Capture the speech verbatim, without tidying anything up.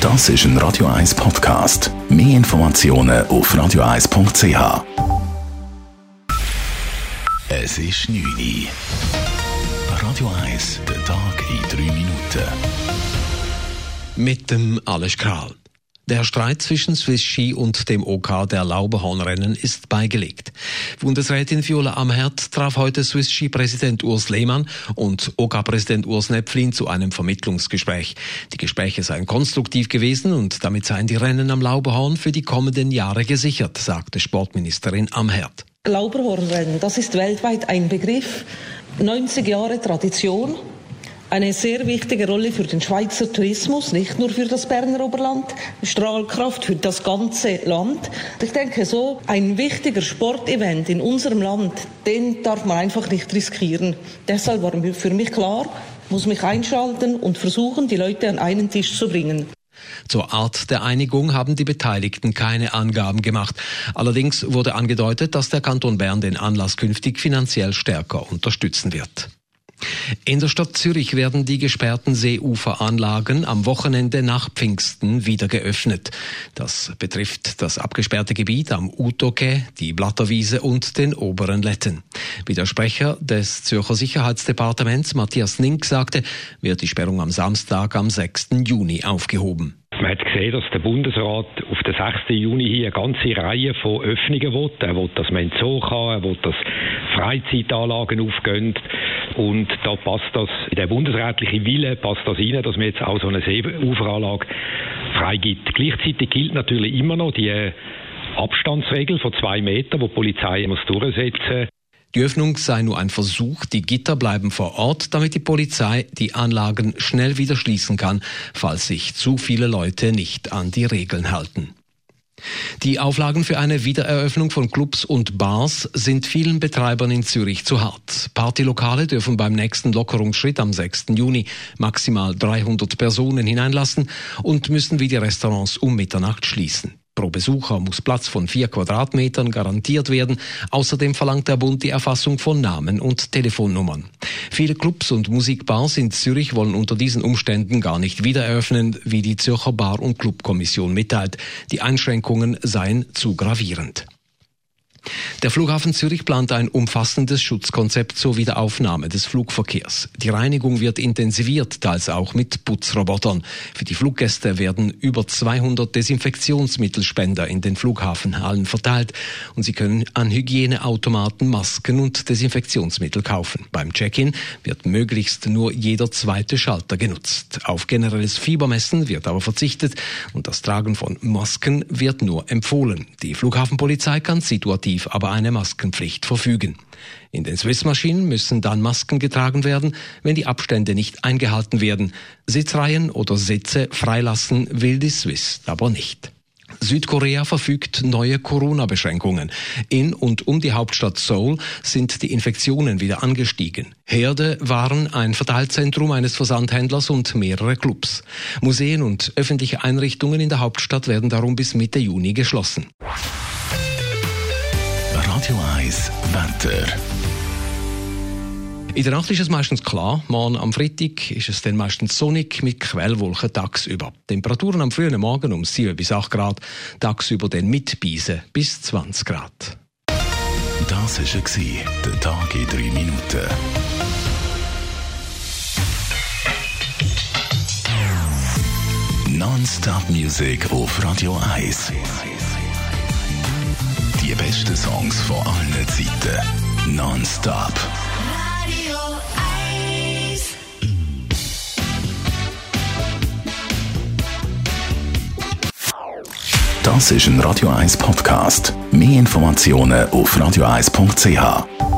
Das ist ein Radio eins Podcast. Mehr Informationen auf radio eins punkt c h. Es ist neun Uhr. Radio eins, der Tag in drei Minuten. Mit dem Alles Kral. Der Streit zwischen Swiss Ski und dem O K der Lauberhornrennen ist beigelegt. Bundesrätin Viola Amherd traf heute Swiss Ski-Präsident Urs Lehmann und O K-Präsident Urs Näpflin zu einem Vermittlungsgespräch. Die Gespräche seien konstruktiv gewesen und damit seien die Rennen am Lauberhorn für die kommenden Jahre gesichert, sagte Sportministerin Amherd. Lauberhornrennen, das ist weltweit ein Begriff. neunzig Jahre Tradition. Eine sehr wichtige Rolle für den Schweizer Tourismus, nicht nur für das Berner Oberland, Strahlkraft für das ganze Land. Ich denke, so ein wichtiger Sportevent in unserem Land, den darf man einfach nicht riskieren. Deshalb war für mich klar, muss mich einschalten und versuchen, die Leute an einen Tisch zu bringen. Zur Art der Einigung haben die Beteiligten keine Angaben gemacht. Allerdings wurde angedeutet, dass der Kanton Bern den Anlass künftig finanziell stärker unterstützen wird. In der Stadt Zürich werden die gesperrten Seeuferanlagen am Wochenende nach Pfingsten wieder geöffnet. Das betrifft das abgesperrte Gebiet am Utoke, die Blatterwiese und den oberen Letten. Wie der Sprecher des Zürcher Sicherheitsdepartements Matthias Nink sagte, wird die Sperrung am Samstag am sechsten Juni aufgehoben. Man hat gesehen, dass der Bundesrat auf den sechsten Juni hier eine ganze Reihe von Öffnungen will. Er will, dass man in den Zoo kann, er will, dass Freizeitanlagen aufgehen. Und da passt das, in der bundesrätliche Wille passt das rein, dass man jetzt auch so eine Seeuferanlage freigibt. Gleichzeitig gilt natürlich immer noch die Abstandsregel von zwei Metern, die die Polizei muss durchsetzen. Die Öffnung sei nur ein Versuch, die Gitter bleiben vor Ort, damit die Polizei die Anlagen schnell wieder schließen kann, falls sich zu viele Leute nicht an die Regeln halten. Die Auflagen für eine Wiedereröffnung von Clubs und Bars sind vielen Betreibern in Zürich zu hart. Partylokale dürfen beim nächsten Lockerungsschritt am sechsten Juni maximal dreihundert Personen hineinlassen und müssen wie die Restaurants um Mitternacht schließen. Pro Besucher muss Platz von vier Quadratmetern garantiert werden. Außerdem verlangt der Bund die Erfassung von Namen und Telefonnummern. Viele Clubs und Musikbars in Zürich wollen unter diesen Umständen gar nicht wieder eröffnen, wie die Zürcher Bar- und Clubkommission mitteilt. Die Einschränkungen seien zu gravierend. Der Flughafen Zürich plant ein umfassendes Schutzkonzept zur Wiederaufnahme des Flugverkehrs. Die Reinigung wird intensiviert, teils auch mit Putzrobotern. Für die Fluggäste werden über zweihundert Desinfektionsmittelspender in den Flughafenhallen verteilt und sie können an Hygieneautomaten Masken und Desinfektionsmittel kaufen. Beim Check-in wird möglichst nur jeder zweite Schalter genutzt. Auf generelles Fiebermessen wird aber verzichtet und das Tragen von Masken wird nur empfohlen. Die Flughafenpolizei kann situativ aber eine Maskenpflicht verfügen. In den Swiss-Maschinen müssen dann Masken getragen werden, wenn die Abstände nicht eingehalten werden. Sitzreihen oder Sitze freilassen will die Swiss aber nicht. Südkorea verfügt neue Corona-Beschränkungen. In und um die Hauptstadt Seoul sind die Infektionen wieder angestiegen. Herde waren ein Verteilzentrum eines Versandhändlers und mehrere Clubs. Museen und öffentliche Einrichtungen in der Hauptstadt werden darum bis Mitte Juni geschlossen. Radio eins Wetter. In der Nacht ist es meistens klar, morgen am Freitag ist es dann meistens sonnig mit Quellwolken tagsüber. Temperaturen am frühen Morgen um sieben bis acht Grad, tagsüber dann mit Beisen bis zwanzig Grad. Das war der Tag in drei Minuten. Non-Stop-Musik auf Radio eins. Die besten Songs von allen Zeiten. Non-Stop. Radio eins. Das ist ein Radio eins Podcast. Mehr Informationen auf radio eins punkt c h.